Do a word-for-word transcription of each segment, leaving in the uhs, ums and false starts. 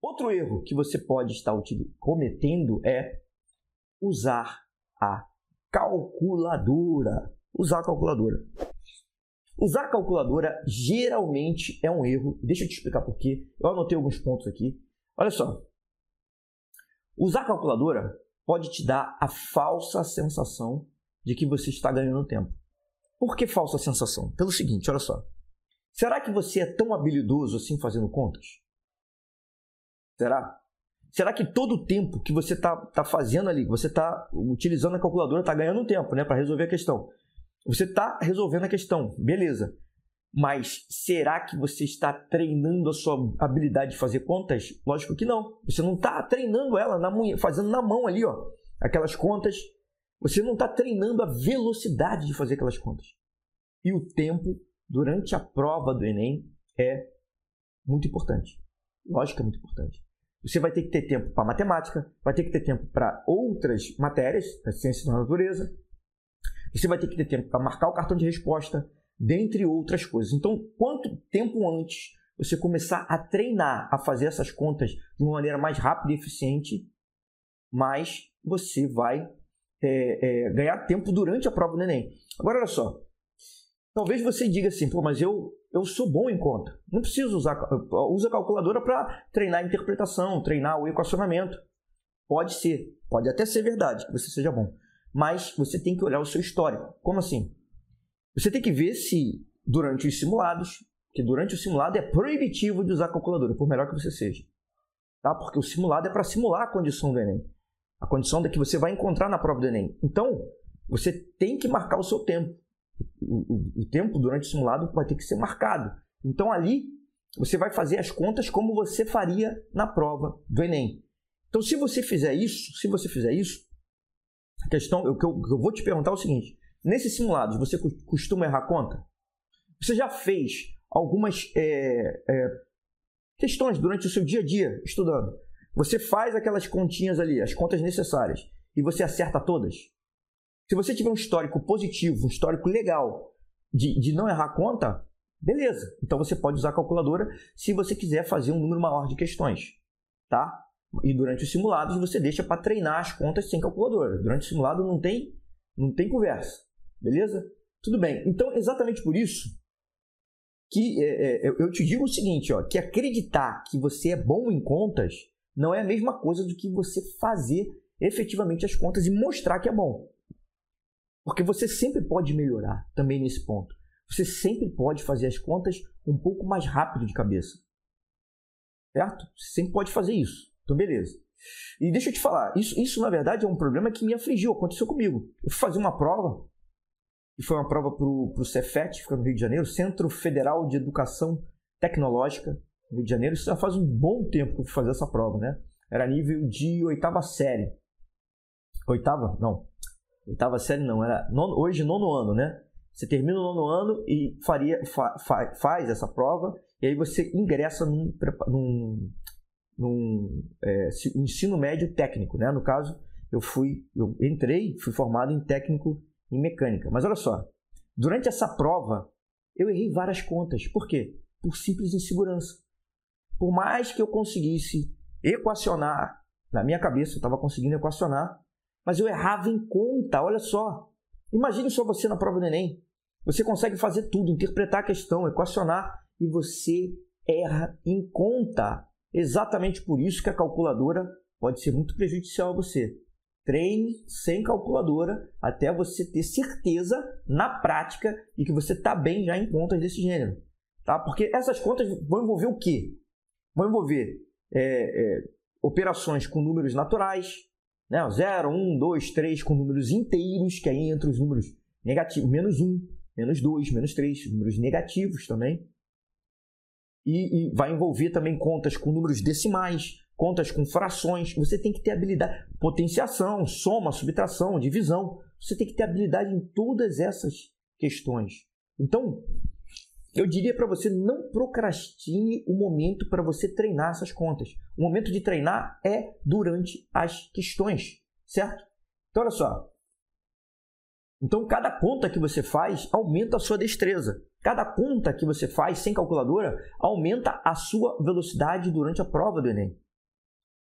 Outro erro que você pode estar cometendo é usar a calculadora. Usar a calculadora. Usar a calculadora geralmente é um erro. Deixa eu te explicar por quê. Eu anotei alguns pontos aqui. Olha só. Usar a calculadora pode te dar a falsa sensação de que você está ganhando tempo. Por que falsa sensação? Pelo seguinte, olha só. Será que você é tão habilidoso assim fazendo contas? Será? Será que todo o tempo que você está tá fazendo ali, você está utilizando a calculadora, está ganhando tempo, né, para resolver a questão? Você está resolvendo a questão, beleza. Mas será que você está treinando a sua habilidade de fazer contas? Lógico que não. Você não está treinando ela, na mão, fazendo na mão ali, ó, aquelas contas. Você não está treinando a velocidade de fazer aquelas contas. E o tempo durante a prova do Enem é muito importante. Lógico que é muito importante. Você vai ter que ter tempo para matemática, vai ter que ter tempo para outras matérias, a ciência da natureza. Você vai ter que ter tempo para marcar o cartão de resposta, dentre outras coisas. Então, quanto tempo antes você começar a treinar, a fazer essas contas de uma maneira mais rápida e eficiente, mais você vai é, é, ganhar tempo durante a prova do Enem. Agora, olha só. Talvez você diga assim, pô, mas eu, eu sou bom em conta. Não preciso usar, usa a calculadora para treinar a interpretação, treinar o equacionamento. Pode ser, pode até ser verdade que você seja bom. Mas você tem que olhar o seu histórico. Como assim? Você tem que ver se durante os simulados, que durante o simulado é proibitivo de usar a calculadora, por melhor que você seja. Tá? Porque o simulado é para simular a condição do Enem. A condição que você vai encontrar na prova do Enem. Então, você tem que marcar o seu tempo. O, o, o tempo durante o simulado vai ter que ser marcado. Então, ali, você vai fazer as contas como você faria na prova do Enem. Então, se você fizer isso, se você fizer isso, a questão, o que eu, eu vou te perguntar é o seguinte: nesses simulados, você costuma errar conta? Você já fez algumas é, é, questões durante o seu dia a dia estudando? Você faz aquelas continhas ali, as contas necessárias, e você acerta todas? Se você tiver um histórico positivo, um histórico legal de, de não errar conta, beleza. Então você pode usar a calculadora se você quiser fazer um número maior de questões, tá? E durante os simulados você deixa para treinar as contas sem calculadora. Durante o simulado não tem, não tem conversa, beleza? Tudo bem. Então, exatamente por isso que é, é, eu te digo o seguinte, ó, que acreditar que você é bom em contas não é a mesma coisa do que você fazer efetivamente as contas e mostrar que é bom. Porque você sempre pode melhorar também nesse ponto. Você sempre pode fazer as contas um pouco mais rápido de cabeça. Certo? Você sempre pode fazer isso. Então, beleza. E deixa eu te falar, isso, isso na verdade é um problema que me afligiu, aconteceu comigo. Eu fui fazer uma prova, e foi uma prova para o Cefet, fica no Rio de Janeiro, Centro Federal de Educação Tecnológica, no Rio de Janeiro. Isso já faz um bom tempo que eu fui fazer essa prova, né? Era nível de oitava série. Oitava? Não. Oitava série não, era nono, hoje nono ano, né? Você termina o nono ano e faria, fa, fa, faz essa prova, e aí você ingressa num, num, num é, ensino médio técnico, né? No caso, eu fui, eu entrei, fui formado em técnico em mecânica. Mas olha só, durante essa prova, eu errei várias contas. Por quê? Por simples insegurança. Por mais que eu conseguisse equacionar, na minha cabeça eu estava conseguindo equacionar, mas eu errava em conta, olha só. Imagine só você na prova do Enem. Você consegue fazer tudo, interpretar a questão, equacionar, e você erra em conta. Exatamente por isso que a calculadora pode ser muito prejudicial a você. Treine sem calculadora até você ter certeza, na prática, de que você está bem já em contas desse gênero. Tá? Porque essas contas vão envolver o quê? Vão envolver é, é, operações com números naturais, né? zero, um, dois, três, com números inteiros, que aí entra os números negativos, menos um, menos dois, menos três, números negativos também. E, e vai envolver também contas com números decimais, contas com frações. Você tem que ter habilidade, potenciação, soma, subtração, divisão. Você tem que ter habilidade em todas essas questões. Então, eu diria para você, não procrastine o momento para você treinar essas contas. O momento de treinar é durante as questões, certo? Então, olha só. Então, cada conta que você faz aumenta a sua destreza. Cada conta que você faz sem calculadora aumenta a sua velocidade durante a prova do Enem.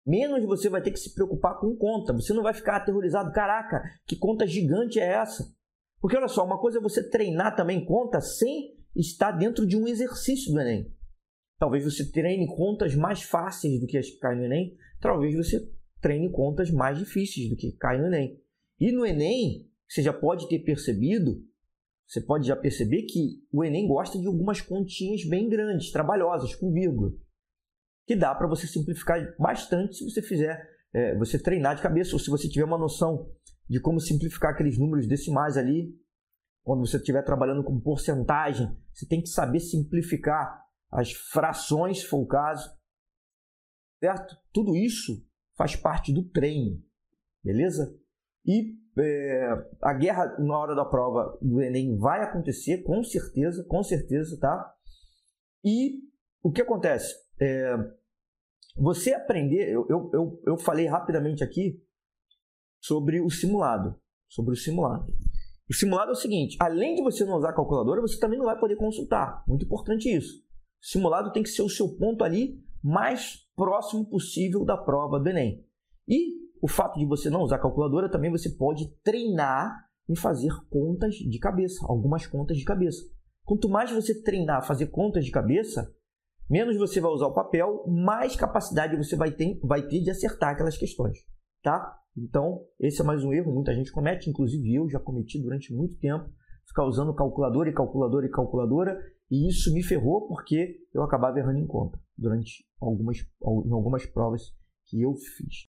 menos você vai ter que se preocupar com conta. Você não vai ficar aterrorizado. Caraca, que conta gigante é essa? Porque olha só, uma coisa é você treinar também conta sem estar dentro de um exercício do Enem. Talvez você treine contas mais fáceis do que as que caem no Enem. Talvez você treine contas mais difíceis do que caem no Enem. E no Enem, você já pode ter percebido, você pode já perceber que o Enem gosta de algumas continhas bem grandes, trabalhosas, com vírgula, que dá para você simplificar bastante se você fizer, é, você treinar de cabeça, ou se você tiver uma noção de como simplificar aqueles números decimais ali. Quando você estiver trabalhando com porcentagem, você tem que saber simplificar as frações, se for o caso, certo? Tudo isso faz parte do treino, beleza? E é, a guerra na hora da prova do Enem vai acontecer, com certeza, com certeza, tá? E o que acontece? É, você aprender, eu, eu, eu, eu falei rapidamente aqui sobre o simulado, sobre o simulado. O simulado é o seguinte, além de você não usar a calculadora, você também não vai poder consultar, muito importante isso. O simulado tem que ser o seu ponto ali mais próximo possível da prova do Enem. E o fato de você não usar calculadora, também você pode treinar em fazer contas de cabeça, algumas contas de cabeça. Quanto mais você treinar a fazer contas de cabeça, menos você vai usar o papel, mais capacidade você vai ter, vai ter de acertar aquelas questões, tá? Então, esse é mais um erro, muita gente comete, inclusive eu já cometi durante muito tempo, ficar usando calculadora e calculadora e calculadora, e isso me ferrou porque eu acabava errando em conta durante algumas, em algumas provas que eu fiz.